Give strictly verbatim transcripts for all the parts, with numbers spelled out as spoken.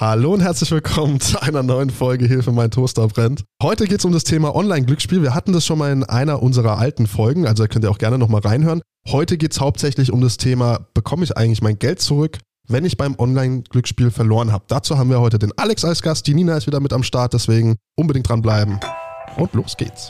Hallo und herzlich willkommen zu einer neuen Folge Hilfe, mein Toaster brennt. Heute geht es um das Thema Online-Glücksspiel. Wir hatten das schon mal in einer unserer alten Folgen, also da könnt ihr auch gerne nochmal reinhören. Heute geht es hauptsächlich um das Thema, bekomme ich eigentlich mein Geld zurück, wenn ich beim Online-Glücksspiel verloren habe. Dazu haben wir heute den Alex als Gast, die Nina ist wieder mit am Start, deswegen unbedingt dranbleiben. Und los geht's.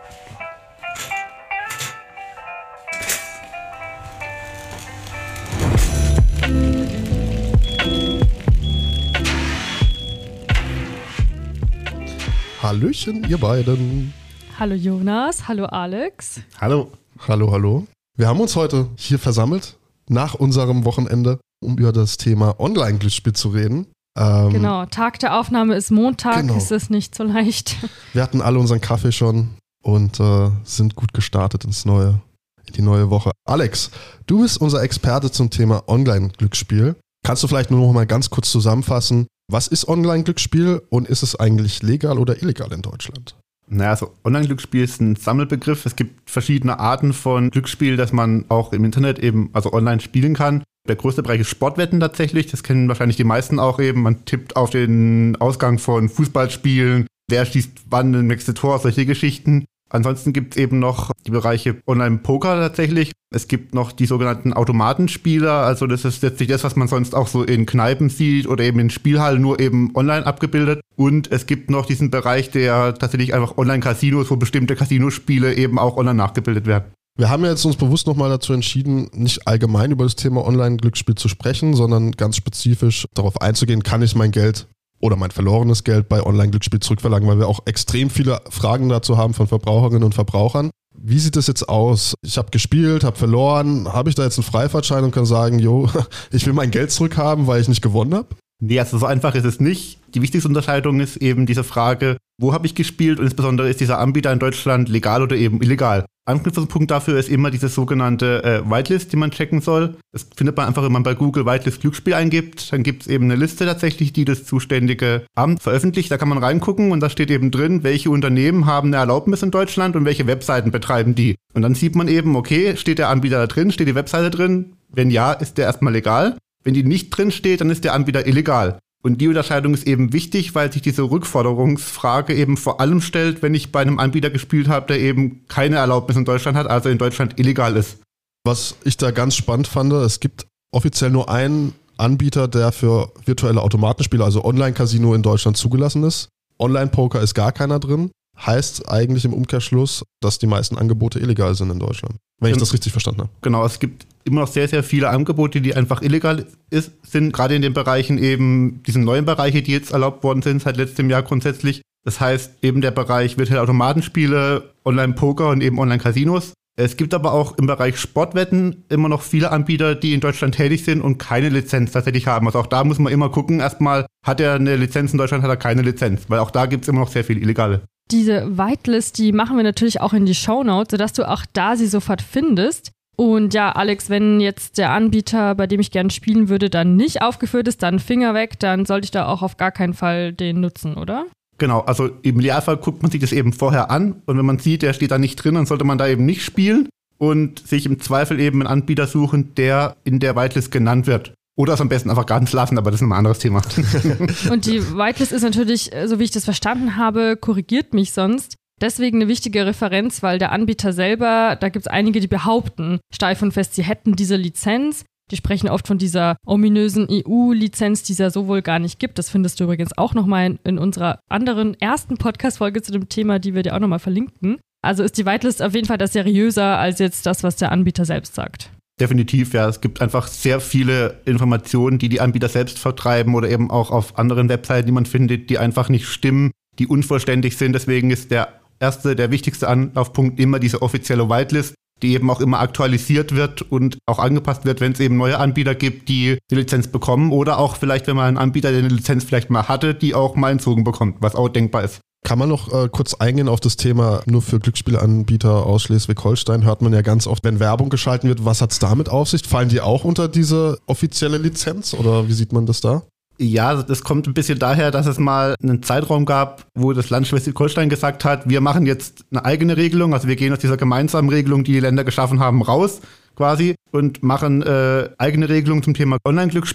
Hallöchen, ihr beiden. Hallo Jonas, hallo Alex. Hallo. Hallo, hallo. Wir haben uns heute hier versammelt, nach unserem Wochenende, um über das Thema Online-Glücksspiel zu reden. Ähm, genau, Tag der Aufnahme ist Montag, genau. Ist es nicht so leicht. Wir hatten alle unseren Kaffee schon und äh, sind gut gestartet ins neue, in die neue Woche. Alex, du bist unser Experte zum Thema Online-Glücksspiel. Kannst du vielleicht nur noch mal ganz kurz zusammenfassen, was ist Online-Glücksspiel und ist es eigentlich legal oder illegal in Deutschland? Naja, also Online-Glücksspiel ist ein Sammelbegriff. Es gibt verschiedene Arten von Glücksspiel, das man auch im Internet eben, also online spielen kann. Der größte Bereich ist Sportwetten tatsächlich. Das kennen wahrscheinlich die meisten auch eben. Man tippt auf den Ausgang von Fußballspielen, wer schießt wann das nächste Tor, solche Geschichten. Ansonsten gibt es eben noch die Bereiche Online-Poker tatsächlich. Es gibt noch die sogenannten Automatenspieler, also das ist letztlich das, was man sonst auch so in Kneipen sieht oder eben in Spielhallen, nur eben online abgebildet. Und es gibt noch diesen Bereich der tatsächlich einfach Online-Casinos, wo bestimmte Casinospiele eben auch online nachgebildet werden. Wir haben ja jetzt uns bewusst nochmal dazu entschieden, nicht allgemein über das Thema Online-Glücksspiel zu sprechen, sondern ganz spezifisch darauf einzugehen, kann ich mein Geld oder mein verlorenes Geld bei Online-Glücksspiel zurückverlangen, weil wir auch extrem viele Fragen dazu haben von Verbraucherinnen und Verbrauchern. Wie sieht das jetzt aus? Ich habe gespielt, habe verloren, habe ich da jetzt einen Freifahrtschein und kann sagen, jo, ich will mein Geld zurückhaben, weil ich nicht gewonnen habe? Nee, also so einfach ist es nicht. Die wichtigste Unterscheidung ist eben diese Frage, wo habe ich gespielt und insbesondere ist dieser Anbieter in Deutschland legal oder eben illegal. Anknüpfungspunkt dafür ist immer diese sogenannte äh, Whitelist, die man checken soll. Das findet man einfach, wenn man bei Google Whitelist Glücksspiel eingibt. Dann gibt es eben eine Liste tatsächlich, die das zuständige Amt veröffentlicht. Da kann man reingucken und da steht eben drin, welche Unternehmen haben eine Erlaubnis in Deutschland und welche Webseiten betreiben die. Und dann sieht man eben, okay, steht der Anbieter da drin, steht die Webseite drin? Wenn ja, ist der erstmal legal. Wenn die nicht drin steht, dann ist der Anbieter illegal. Und die Unterscheidung ist eben wichtig, weil sich diese Rückforderungsfrage eben vor allem stellt, wenn ich bei einem Anbieter gespielt habe, der eben keine Erlaubnis in Deutschland hat, also in Deutschland illegal ist. Was ich da ganz spannend fand, es gibt offiziell nur einen Anbieter, der für virtuelle Automatenspiele, also Online-Casino in Deutschland zugelassen ist. Online-Poker ist gar keiner drin. Heißt eigentlich im Umkehrschluss, dass die meisten Angebote illegal sind in Deutschland. Wenn ich das richtig verstanden habe. Genau, es gibt immer noch sehr, sehr viele Angebote, die einfach illegal ist, sind, gerade in den Bereichen eben, diesen neuen Bereiche, die jetzt erlaubt worden sind seit letztem Jahr grundsätzlich. Das heißt eben der Bereich virtuelle Automatenspiele, Online-Poker und eben Online-Casinos. Es gibt aber auch im Bereich Sportwetten immer noch viele Anbieter, die in Deutschland tätig sind und keine Lizenz tatsächlich haben. Also auch da muss man immer gucken, erstmal hat er eine Lizenz in Deutschland, hat er keine Lizenz, weil auch da gibt es immer noch sehr viel Illegale. Diese Whitelist, die machen wir natürlich auch in die Shownotes, sodass du auch da sie sofort findest. Und ja, Alex, wenn jetzt der Anbieter, bei dem ich gerne spielen würde, dann nicht aufgeführt ist, dann Finger weg, dann sollte ich da auch auf gar keinen Fall den nutzen, oder? Genau, also im Idealfall guckt man sich das eben vorher an und wenn man sieht, der steht da nicht drin, dann sollte man da eben nicht spielen und sich im Zweifel eben einen Anbieter suchen, der in der Whitelist genannt wird. Oder es am besten einfach ganz lassen, aber das ist ein anderes Thema. Und die Whitelist ist natürlich, so wie ich das verstanden habe, korrigiert mich sonst, deswegen eine wichtige Referenz, weil der Anbieter selber, da gibt es einige, die behaupten steif und fest, sie hätten diese Lizenz. Die sprechen oft von dieser ominösen E U-Lizenz, die es ja so wohl gar nicht gibt. Das findest du übrigens auch nochmal in, in unserer anderen ersten Podcast-Folge zu dem Thema, die wir dir auch nochmal verlinken. Also ist die Whitelist auf jeden Fall das seriöser als jetzt das, was der Anbieter selbst sagt. Definitiv, ja. Es gibt einfach sehr viele Informationen, die die Anbieter selbst vertreiben oder eben auch auf anderen Webseiten, die man findet, die einfach nicht stimmen, die unvollständig sind. Deswegen ist der erste, der wichtigste Anlaufpunkt immer diese offizielle Whitelist, die eben auch immer aktualisiert wird und auch angepasst wird, wenn es eben neue Anbieter gibt, die die Lizenz bekommen oder auch vielleicht, wenn man einen Anbieter, der eine Lizenz vielleicht mal hatte, die auch mal entzogen bekommt, was auch denkbar ist. Kann man noch äh, kurz eingehen auf das Thema, nur für Glücksspielanbieter aus Schleswig-Holstein hört man ja ganz oft, wenn Werbung geschalten wird, was hat es damit auf sich? Fallen die auch unter diese offizielle Lizenz oder wie sieht man das da? Ja, das kommt ein bisschen daher, dass es mal einen Zeitraum gab, wo das Land Schleswig-Holstein gesagt hat, wir machen jetzt eine eigene Regelung, also wir gehen aus dieser gemeinsamen Regelung, die die Länder geschaffen haben, raus quasi und machen äh, eigene Regelungen zum Thema Online-Glücksspiel.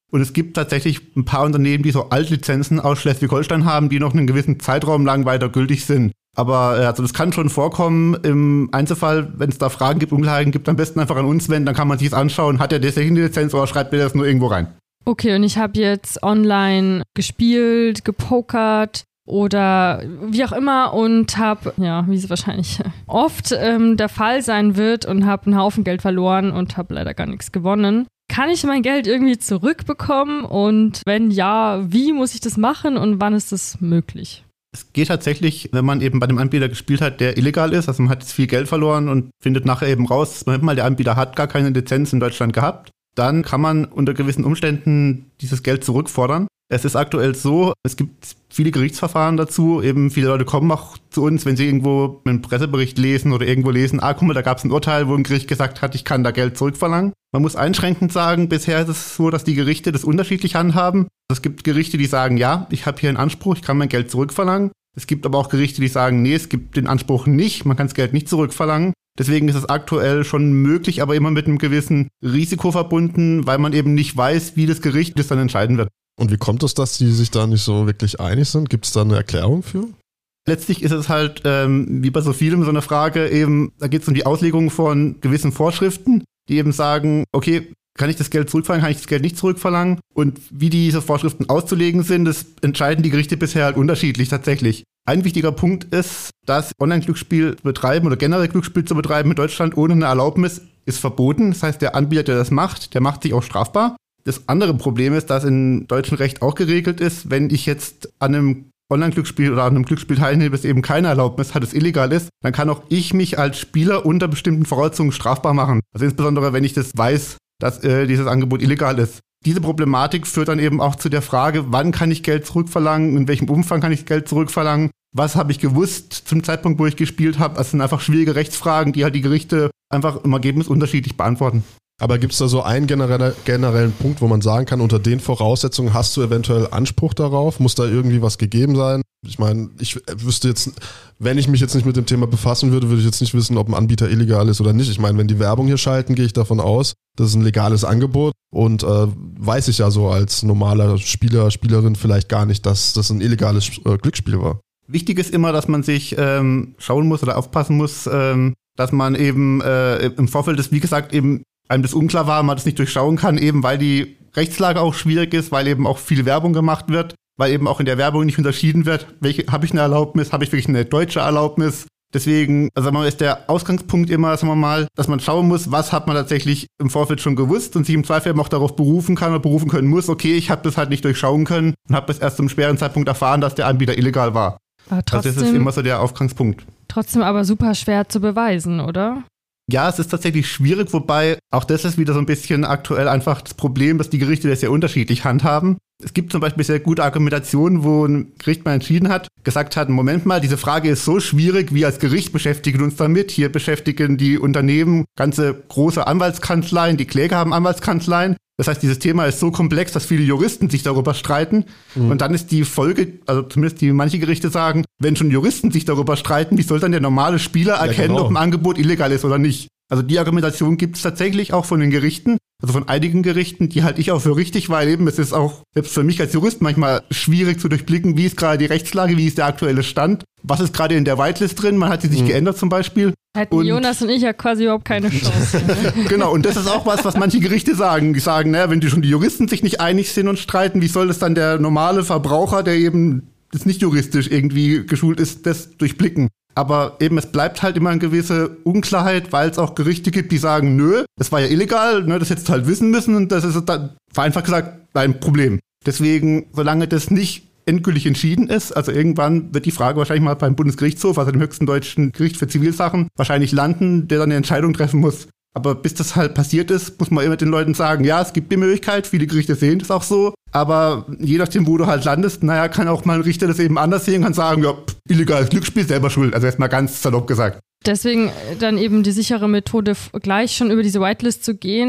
Und es gibt tatsächlich ein paar Unternehmen, die so Altlizenzen aus Schleswig-Holstein haben, die noch einen gewissen Zeitraum lang weiter gültig sind. Aber also das kann schon vorkommen. Im Einzelfall, wenn es da Fragen gibt, Unklarheiten gibt, am besten einfach an uns wenden, dann kann man sich das anschauen. Hat er tatsächlich eine Lizenz oder schreibt er das nur irgendwo rein? Okay, und ich habe jetzt online gespielt, gepokert oder wie auch immer und habe, ja, wie es wahrscheinlich oft ähm, der Fall sein wird und habe einen Haufen Geld verloren und habe leider gar nichts gewonnen. Kann ich mein Geld irgendwie zurückbekommen und wenn ja, wie muss ich das machen und wann ist das möglich? Es geht tatsächlich, wenn man eben bei dem Anbieter gespielt hat, der illegal ist, also man hat jetzt viel Geld verloren und findet nachher eben raus, dass man, der Anbieter hat gar keine Lizenz in Deutschland gehabt, dann kann man unter gewissen Umständen dieses Geld zurückfordern. Es ist aktuell so, es gibt viele Gerichtsverfahren dazu, eben viele Leute kommen auch zu uns, wenn sie irgendwo einen Pressebericht lesen oder irgendwo lesen, ah, guck mal, da gab es ein Urteil, wo ein Gericht gesagt hat, ich kann da Geld zurückverlangen. Man muss einschränkend sagen, bisher ist es so, dass die Gerichte das unterschiedlich handhaben. Es gibt Gerichte, die sagen, ja, ich habe hier einen Anspruch, ich kann mein Geld zurückverlangen. Es gibt aber auch Gerichte, die sagen, nee, es gibt den Anspruch nicht, man kann das Geld nicht zurückverlangen. Deswegen ist es aktuell schon möglich, aber immer mit einem gewissen Risiko verbunden, weil man eben nicht weiß, wie das Gericht das dann entscheiden wird. Und wie kommt es, dass die sich da nicht so wirklich einig sind? Gibt es da eine Erklärung für? Letztlich ist es halt, ähm, wie bei so vielem, so eine Frage, eben, da geht es um die Auslegung von gewissen Vorschriften, die eben sagen, okay, kann ich das Geld zurückverlangen, kann ich das Geld nicht zurückverlangen? Und wie diese Vorschriften auszulegen sind, das entscheiden die Gerichte bisher halt unterschiedlich tatsächlich. Ein wichtiger Punkt ist, dass Online-Glücksspiel betreiben oder generell Glücksspiel zu betreiben in Deutschland ohne eine Erlaubnis ist verboten. Das heißt, der Anbieter, der das macht, der macht sich auch strafbar. Das andere Problem ist, dass in deutschem Recht auch geregelt ist, wenn ich jetzt an einem Online-Glücksspiel oder an einem Glücksspiel teilnehme, das eben keine Erlaubnis hat, das illegal ist, dann kann auch ich mich als Spieler unter bestimmten Voraussetzungen strafbar machen. Also insbesondere, wenn ich das weiß, dass äh, dieses Angebot illegal ist. Diese Problematik führt dann eben auch zu der Frage, wann kann ich Geld zurückverlangen, in welchem Umfang kann ich Geld zurückverlangen, was habe ich gewusst zum Zeitpunkt, wo ich gespielt habe. Das sind einfach schwierige Rechtsfragen, die halt die Gerichte einfach im Ergebnis unterschiedlich beantworten. Aber gibt es da so einen generelle, generellen Punkt, wo man sagen kann, unter den Voraussetzungen hast du eventuell Anspruch darauf? Muss da irgendwie was gegeben sein? Ich meine, ich wüsste jetzt, wenn ich mich jetzt nicht mit dem Thema befassen würde, würde ich jetzt nicht wissen, ob ein Anbieter illegal ist oder nicht. Ich meine, wenn die Werbung hier schalten, gehe ich davon aus, das ist ein legales Angebot und äh, weiß ich ja so als normaler Spieler, Spielerin vielleicht gar nicht, dass das ein illegales äh, Glücksspiel war. Wichtig ist immer, dass man sich ähm, schauen muss oder aufpassen muss, ähm, dass man eben äh, im Vorfeld das, wie gesagt, eben einem das unklar war, man das nicht durchschauen kann, eben weil die Rechtslage auch schwierig ist, weil eben auch viel Werbung gemacht wird, weil eben auch in der Werbung nicht unterschieden wird, welche habe ich eine Erlaubnis, habe ich wirklich eine deutsche Erlaubnis. Deswegen, also sagen wir mal, ist der Ausgangspunkt immer, sagen wir mal, dass man schauen muss, was hat man tatsächlich im Vorfeld schon gewusst und sich im Zweifel eben auch darauf berufen kann oder berufen können muss, okay, ich habe das halt nicht durchschauen können und habe das erst zum schweren Zeitpunkt erfahren, dass der Anbieter illegal war. Aber trotzdem, das ist immer so der Ausgangspunkt. Trotzdem aber super schwer zu beweisen, oder? Ja, es ist tatsächlich schwierig, wobei auch das ist wieder so ein bisschen aktuell einfach das Problem, dass die Gerichte das sehr unterschiedlich handhaben. Es gibt zum Beispiel sehr gute Argumentationen, wo ein Gericht mal entschieden hat, gesagt hat, Moment mal, diese Frage ist so schwierig, wir als Gericht beschäftigen uns damit. Hier beschäftigen die Unternehmen ganze große Anwaltskanzleien, die Kläger haben Anwaltskanzleien. Das heißt, dieses Thema ist so komplex, dass viele Juristen sich darüber streiten. Mhm. Und dann ist die Folge, also zumindest die manche Gerichte sagen, wenn schon Juristen sich darüber streiten, wie soll dann der normale Spieler erkennen, ja, genau, ob ein Angebot illegal ist oder nicht? Also die Argumentation gibt es tatsächlich auch von den Gerichten, also von einigen Gerichten, die halte ich auch für richtig, weil eben es ist auch selbst für mich als Jurist manchmal schwierig zu durchblicken, wie ist gerade die Rechtslage, wie ist der aktuelle Stand, was ist gerade in der Whitelist drin, man hat sie sich mhm. geändert zum Beispiel. Hätten und Jonas und ich ja quasi überhaupt keine Chance. Genau, und das ist auch was, was manche Gerichte sagen. Die sagen, naja, wenn die schon die Juristen sich nicht einig sind und streiten, wie soll das dann der normale Verbraucher, der eben das nicht juristisch irgendwie geschult ist, das durchblicken? Aber eben, es bleibt halt immer eine gewisse Unklarheit, weil es auch Gerichte gibt, die sagen, nö, das war ja illegal, ne, das hättest du halt wissen müssen und das ist dann einfach gesagt ein Problem. Deswegen, solange das nicht endgültig entschieden ist, also irgendwann wird die Frage wahrscheinlich mal beim Bundesgerichtshof, also dem höchsten deutschen Gericht für Zivilsachen, wahrscheinlich landen, der dann eine Entscheidung treffen muss. Aber bis das halt passiert ist, muss man immer den Leuten sagen, ja, es gibt die Möglichkeit, viele Gerichte sehen das auch so, aber je nachdem, wo du halt landest, naja, kann auch mal ein Richter das eben anders sehen, kann sagen, ja, pff, illegales Glücksspiel, selber schuld, also erstmal ganz salopp gesagt. Deswegen dann eben die sichere Methode, gleich schon über diese Whitelist zu gehen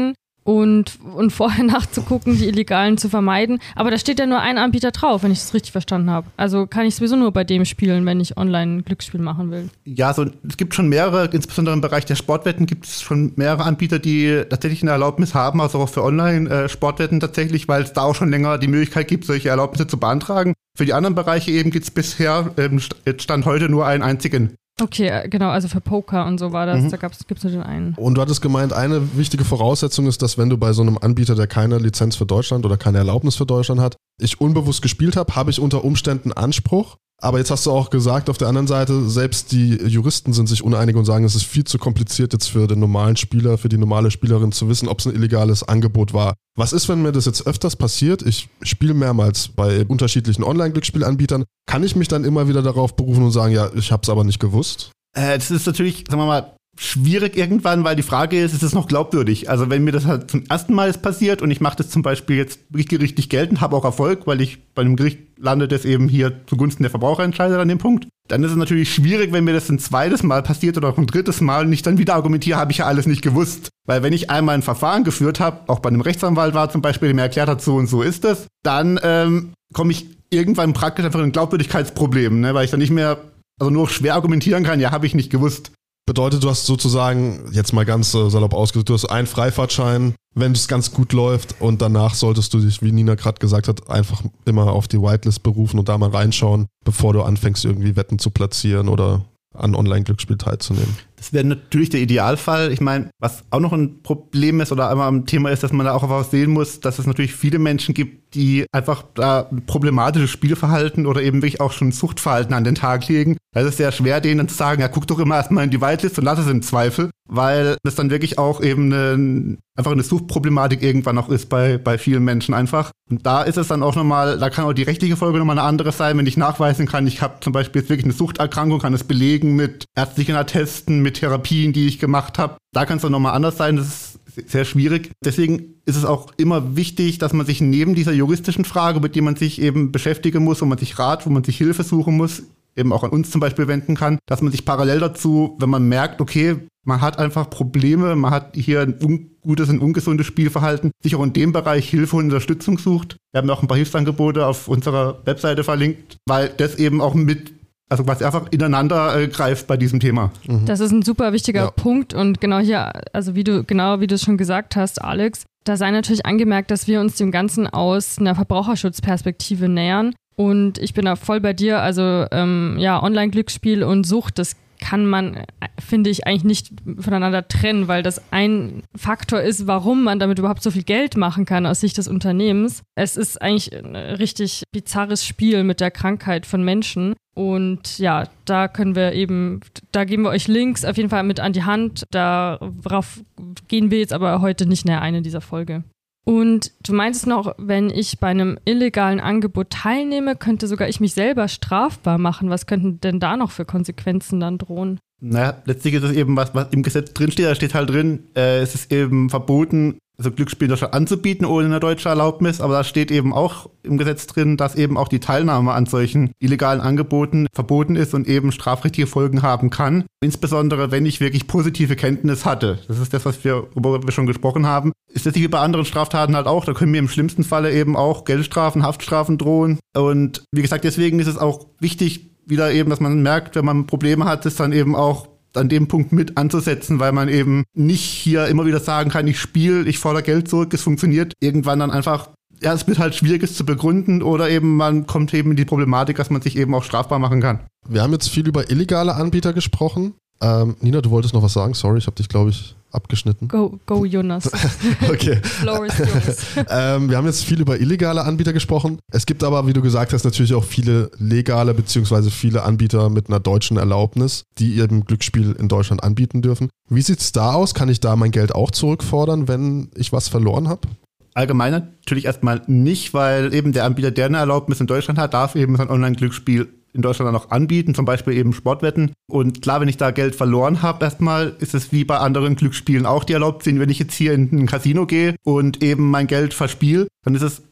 und, und vorher nachzugucken, die Illegalen zu vermeiden. Aber da steht ja nur ein Anbieter drauf, wenn ich das richtig verstanden habe. Also kann ich sowieso nur bei dem spielen, wenn ich online ein Glücksspiel machen will. Ja, so, es gibt schon mehrere, insbesondere im Bereich der Sportwetten gibt es schon mehrere Anbieter, die tatsächlich eine Erlaubnis haben, also auch für Online-Sportwetten tatsächlich, weil es da auch schon länger die Möglichkeit gibt, solche Erlaubnisse zu beantragen. Für die anderen Bereiche eben gibt es bisher, ähm, Stand heute, nur einen einzigen. Okay, genau, also für Poker und so war das, mhm. da gibt es nur den einen. Und du hattest gemeint, eine wichtige Voraussetzung ist, dass wenn du bei so einem Anbieter, der keine Lizenz für Deutschland oder keine Erlaubnis für Deutschland hat, ich unbewusst gespielt habe, habe ich unter Umständen Anspruch. Aber jetzt hast du auch gesagt, auf der anderen Seite, selbst die Juristen sind sich uneinig und sagen, es ist viel zu kompliziert jetzt für den normalen Spieler, für die normale Spielerin zu wissen, ob es ein illegales Angebot war. Was ist, wenn mir das jetzt öfters passiert? Ich spiele mehrmals bei unterschiedlichen Online-Glücksspielanbietern. Kann ich mich dann immer wieder darauf berufen und sagen, ja, ich habe es aber nicht gewusst? Äh, das ist natürlich, sagen wir mal, schwierig irgendwann, weil die Frage ist, ist es noch glaubwürdig? Also wenn mir das halt zum ersten Mal ist passiert und ich mache das zum Beispiel jetzt gerichtlich geltend, habe auch Erfolg, weil ich bei einem Gericht lande, das eben hier zugunsten der Verbraucher entscheidet an dem Punkt, dann ist es natürlich schwierig, wenn mir das ein zweites Mal passiert oder auch ein drittes Mal und ich dann wieder argumentiere, habe ich ja alles nicht gewusst. Weil wenn ich einmal ein Verfahren geführt habe, auch bei einem Rechtsanwalt war zum Beispiel, der mir erklärt hat, so und so ist es, dann ähm, komme ich irgendwann praktisch einfach in ein Glaubwürdigkeitsproblem, ne? Weil ich dann nicht mehr, also nur schwer argumentieren kann, ja, habe ich nicht gewusst. Bedeutet, du hast sozusagen, jetzt mal ganz äh, salopp ausgedrückt, du hast einen Freifahrtschein, wenn es ganz gut läuft und danach solltest du dich, wie Nina gerade gesagt hat, einfach immer auf die Whitelist berufen und da mal reinschauen, bevor du anfängst, irgendwie Wetten zu platzieren oder an Online-Glücksspiel teilzunehmen. Das wäre natürlich der Idealfall. Ich meine, was auch noch ein Problem ist oder einmal ein Thema ist, dass man da auch einfach sehen muss, dass es natürlich viele Menschen gibt, die einfach da ein problematisches Spielverhalten oder eben wirklich auch schon Suchtverhalten an den Tag legen. Da ist es sehr schwer, denen dann zu sagen, ja, guck doch immer erstmal in die Whitelist und lass es im Zweifel, weil das dann wirklich auch eben eine, einfach eine Suchtproblematik irgendwann auch ist bei, bei vielen Menschen einfach. Und da ist es dann auch nochmal, da kann auch die rechtliche Folge nochmal eine andere sein, wenn ich nachweisen kann, ich habe zum Beispiel jetzt wirklich eine Suchterkrankung, kann es belegen mit ärztlichen Attesten, mit Therapien, die ich gemacht habe. Da kann es dann nochmal anders sein, das ist sehr schwierig. Deswegen ist es auch immer wichtig, dass man sich neben dieser juristischen Frage, mit der man sich eben beschäftigen muss, wo man sich Rat, wo man sich Hilfe suchen muss, eben auch an uns zum Beispiel wenden kann, dass man sich parallel dazu, wenn man merkt, okay, man hat einfach Probleme, man hat hier ein ungutes, ein ungesundes Spielverhalten, sich auch in dem Bereich Hilfe und Unterstützung sucht. Wir haben auch ein paar Hilfsangebote auf unserer Webseite verlinkt, weil das eben auch mit Also was einfach ineinander äh, greift bei diesem Thema. Mhm. Das ist ein super wichtiger ja. Punkt und genau hier, also wie du genau wie du es schon gesagt hast, Alex, da sei natürlich angemerkt, dass wir uns dem Ganzen aus einer Verbraucherschutzperspektive nähern und ich bin da voll bei dir, also ähm, ja, Online-Glücksspiel und Sucht, das kann man, finde ich, eigentlich nicht voneinander trennen, weil das ein Faktor ist, warum man damit überhaupt so viel Geld machen kann aus Sicht des Unternehmens. Es ist eigentlich ein richtig bizarres Spiel mit der Krankheit von Menschen. Und ja, da können wir eben, da geben wir euch Links auf jeden Fall mit an die Hand. Darauf gehen wir jetzt aber heute nicht näher ein in dieser Folge. Und du meintest noch, wenn ich bei einem illegalen Angebot teilnehme, könnte sogar ich mich selber strafbar machen. Was könnten denn da noch für Konsequenzen dann drohen? Naja, letztlich ist es eben, was, was im Gesetz drinsteht, da steht halt drin, äh, es ist eben verboten, also Glücksspiel in Deutschland anzubieten ohne eine deutsche Erlaubnis, aber da steht eben auch im Gesetz drin, dass eben auch die Teilnahme an solchen illegalen Angeboten verboten ist und eben strafrechtliche Folgen haben kann. Insbesondere, wenn ich wirklich positive Kenntnis hatte. Das ist das, was wir, worüber wir schon gesprochen haben. Ist das wie bei anderen Straftaten halt auch, da können mir im schlimmsten Falle eben auch Geldstrafen, Haftstrafen drohen. Und wie gesagt, deswegen ist es auch wichtig, wieder eben, dass man merkt, wenn man Probleme hat, ist dann eben auch an dem Punkt mit anzusetzen, weil man eben nicht hier immer wieder sagen kann, ich spiele, ich fordere Geld zurück, es funktioniert. Irgendwann dann einfach, ja, es wird halt schwierig, es zu begründen oder eben man kommt eben in die Problematik, dass man sich eben auch strafbar machen kann. Wir haben jetzt viel über illegale Anbieter gesprochen. Ähm, Nina, du wolltest noch was sagen? Sorry, ich habe dich, glaube ich, abgeschnitten. Go, go Jonas. Okay. Floor is yours. ähm, wir haben jetzt viel über illegale Anbieter gesprochen. Es gibt aber, wie du gesagt hast, natürlich auch viele legale beziehungsweise viele Anbieter mit einer deutschen Erlaubnis, die eben Glücksspiel in Deutschland anbieten dürfen. Wie sieht es da aus? Kann ich da mein Geld auch zurückfordern, wenn ich was verloren habe? Allgemein natürlich erstmal nicht, weil eben der Anbieter, der eine Erlaubnis in Deutschland hat, darf eben sein Online-Glücksspiel in Deutschland dann auch anbieten, zum Beispiel eben Sportwetten. Und klar, wenn ich da Geld verloren habe, erstmal ist es wie bei anderen Glücksspielen auch die erlaubt sind. Wenn ich jetzt hier in ein Casino gehe und eben mein Geld verspiele, dann ist es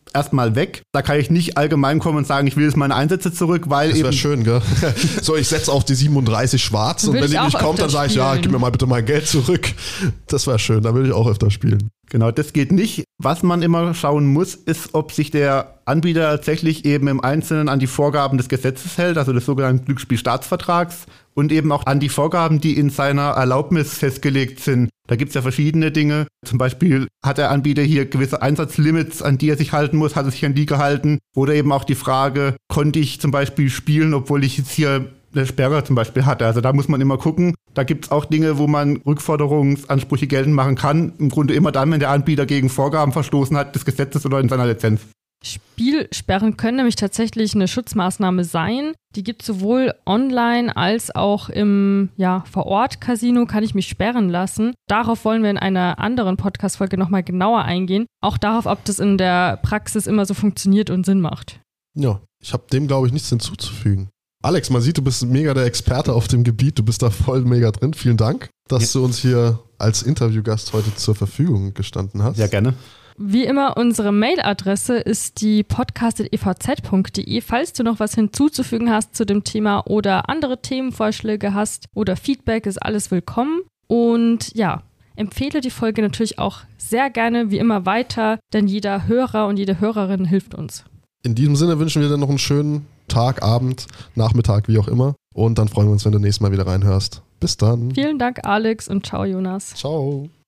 erstmal weg. Da kann ich nicht allgemein kommen und sagen, ich will jetzt meine Einsätze zurück, weil das eben... Das wäre schön, gell? So, ich setze auf die siebenunddreißig schwarz und wenn die nicht kommt, dann sage ich, ja, gib mir mal bitte mein Geld zurück. Das wäre schön, da würde ich auch öfter spielen. Genau, das geht nicht. Was man immer schauen muss, ist, ob sich der Anbieter tatsächlich eben im Einzelnen an die Vorgaben des Gesetzes hält, also des sogenannten Glücksspielstaatsvertrags und eben auch an die Vorgaben, die in seiner Erlaubnis festgelegt sind. Da gibt es ja verschiedene Dinge. Zum Beispiel hat der Anbieter hier gewisse Einsatzlimits, an die er sich halten muss, hat er sich an die gehalten. Oder eben auch die Frage, konnte ich zum Beispiel spielen, obwohl ich jetzt hier eine Sperre zum Beispiel hatte. Also da muss man immer gucken. Da gibt es auch Dinge, wo man Rückforderungsansprüche geltend machen kann. Im Grunde immer dann, wenn der Anbieter gegen Vorgaben verstoßen hat des Gesetzes oder in seiner Lizenz. Spielsperren können nämlich tatsächlich eine Schutzmaßnahme sein. Die gibt es sowohl online als auch im ja, Vor-Ort-Casino, kann ich mich sperren lassen. Darauf wollen wir in einer anderen Podcast-Folge nochmal genauer eingehen. Auch darauf, ob das in der Praxis immer so funktioniert und Sinn macht. Ja, ich habe dem, glaube ich, nichts hinzuzufügen. Alex, man sieht, du bist mega der Experte auf dem Gebiet. Du bist da voll mega drin. Vielen Dank, dass ja. du uns hier als Interviewgast heute zur Verfügung gestanden hast. Ja, gerne. Wie immer, unsere Mailadresse ist die podcast punkt e v z punkt d e. Falls du noch was hinzuzufügen hast zu dem Thema oder andere Themenvorschläge hast oder Feedback, ist alles willkommen. Und ja, empfehle die Folge natürlich auch sehr gerne wie immer weiter, denn jeder Hörer und jede Hörerin hilft uns. In diesem Sinne wünschen wir dir noch einen schönen Tag, Abend, Nachmittag, wie auch immer. Und dann freuen wir uns, wenn du nächstes Mal wieder reinhörst. Bis dann. Vielen Dank, Alex, und ciao, Jonas. Ciao.